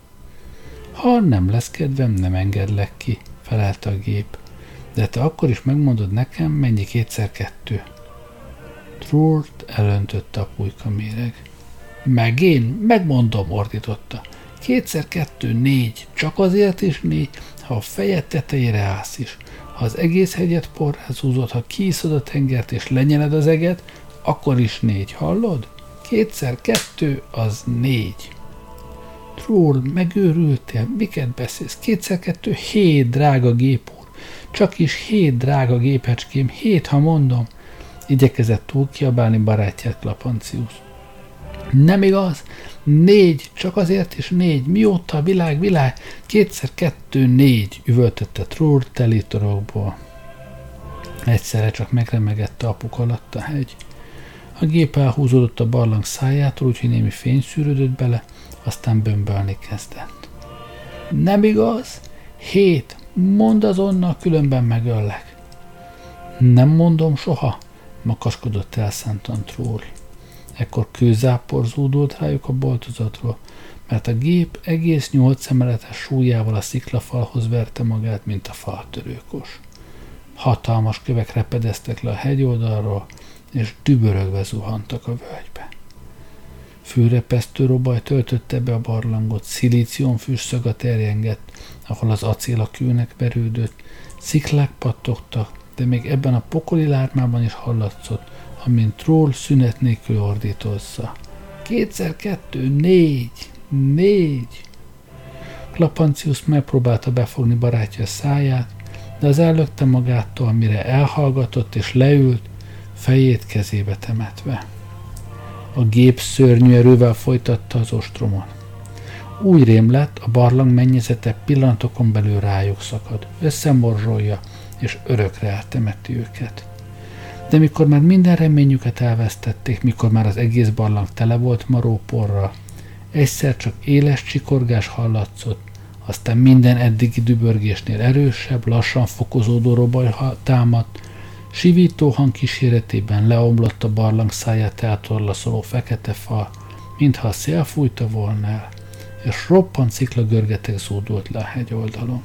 Ha nem lesz kedvem, nem engedlek ki, felelte a gép. De te akkor is megmondod nekem, mennyi kétszer kettő. Trúrt elöntötte a pulyka méreg. Meg én, megmondom, ordította. Kétszer kettő négy, csak azért is négy, ha a fejed tetejére állsz is. Ha az egész hegyet porráz húzod, ha kiiszod a tengert és lenyeled az eget, akkor is négy, hallod? Kétszer kettő az négy. Trúr, megőrültél, miket beszélsz? Kétszer kettő hét, drága gép úr. Csak is hét, drága gépecském, hét, ha mondom. Igyekezett túl kiabálni barátját Klapancius. Nem igaz? Négy, csak azért is négy. Mióta a világ, világ? Kétszer kettő, négy, üvöltötte Trúr teli torokból. Egyszerre csak megremegette apuk alatt a hegy. A gép elhúzódott a barlang szájától, úgyhogy némi fény szűrődött bele, aztán bömbölni kezdett. Nem igaz? Hét, mondd azonnal, különben megöllek. Nem mondom soha, makaskodott elszántan Trúr. Ekkor kőzápor zúdult rájuk a boltozatról, mert a gép egész nyolc emeletes súlyával a sziklafalhoz verte magát, mint a faltörőkos. Hatalmas kövek repedeztek le a hegyoldalról, és dübörögve zuhantak a völgybe. Fűrepesztő robaj töltötte be a barlangot, szilícium füstszaga terjengett, ahol az acél a kőnek verődött, sziklák pattogtak, de még ebben a pokoli lármában is hallatszott, amint Trúr szünet nélkül ordítozza. Kétszer kettő, négy, négy. Klapancius megpróbálta befogni barátja száját, de az ellökte magától, mire elhallgatott és leült, fejét kezébe temetve. A gép szörnyű erővel folytatta az ostromon. Úgy rém lett, a barlang mennyezete pillantokon belül rájuk szakad, összemorzsolja, és örökre eltemeti őket. De mikor már minden reményüket elvesztették, mikor már az egész barlang tele volt maróporral, egyszer csak éles csikorgás hallatszott, aztán minden eddigi dübörgésnél erősebb, lassan fokozódó robaj támadt, sivító hang kíséretében leomlott a barlang száját eltorlaszoló fekete fal, mintha a szél fújta volna el, és roppant sziklagörgetek zúdult le a hegyoldalon.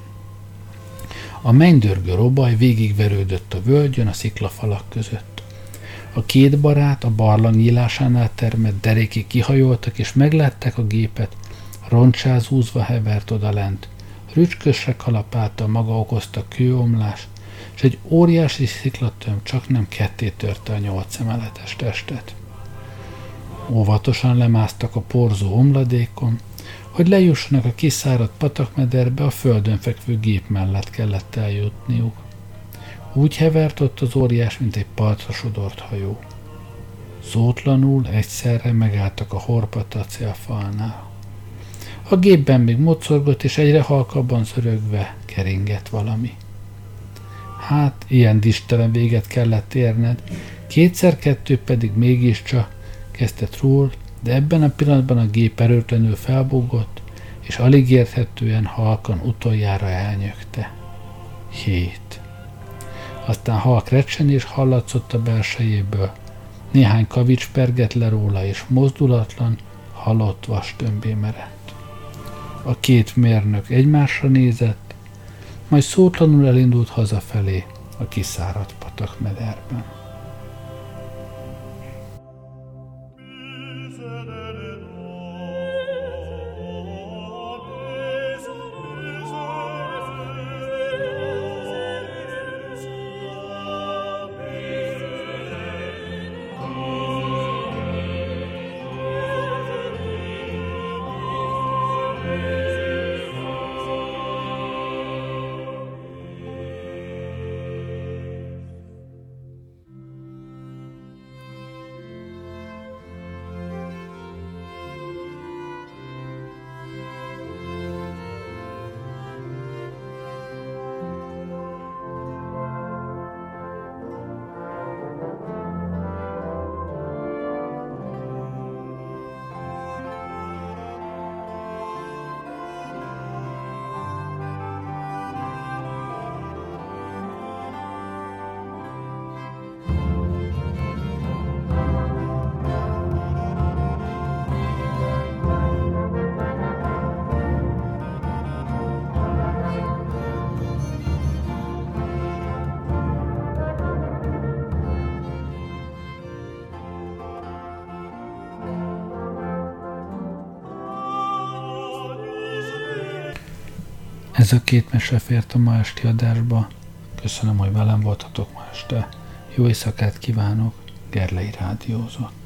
A mennydörgő robaj végigverődött a völgyön a sziklafalak között. A két barát a barlang nyílásánál termett derékig kihajoltak, és meglátták a gépet, roncsázúzva hevert odalent. Rücskösre kalapálta, maga okozta kőomlás, és egy óriási sziklatömb csak nem ketté törte a nyolc emeletes testet. Óvatosan lemásztak a porzó omladékon, hogy lejussanak a kiszáradt patakmederbe, a földön fekvő gép mellett kellett eljutniuk. Úgy hevert ott az óriás, mint egy partra sodort hajó. Szótlanul egyszerre megálltak a horpadt acélfalnál. A gépben még mocorgott, és egyre halkabban zörögve keringett valami. Hát, ilyen distelen véget kellett érned, kétszer kettő pedig mégiscsak, kezdte Trúr, de ebben a pillanatban a gép erőtlenül felbúgott, és alig érthetően halkan utoljára elnyögte. Hét. Aztán halk recsenés hallatszott a belsejéből, néhány kavics pergett le róla, és mozdulatlan, halott vastömbé merett. A két mérnök egymásra nézett, majd szótlanul elindult hazafelé a kiszáradt patakmederben. Ez a két mese fért a ma esti adásba. Köszönöm, hogy velem voltatok ma este. Jó éjszakát kívánok, Gerlei rádiózott.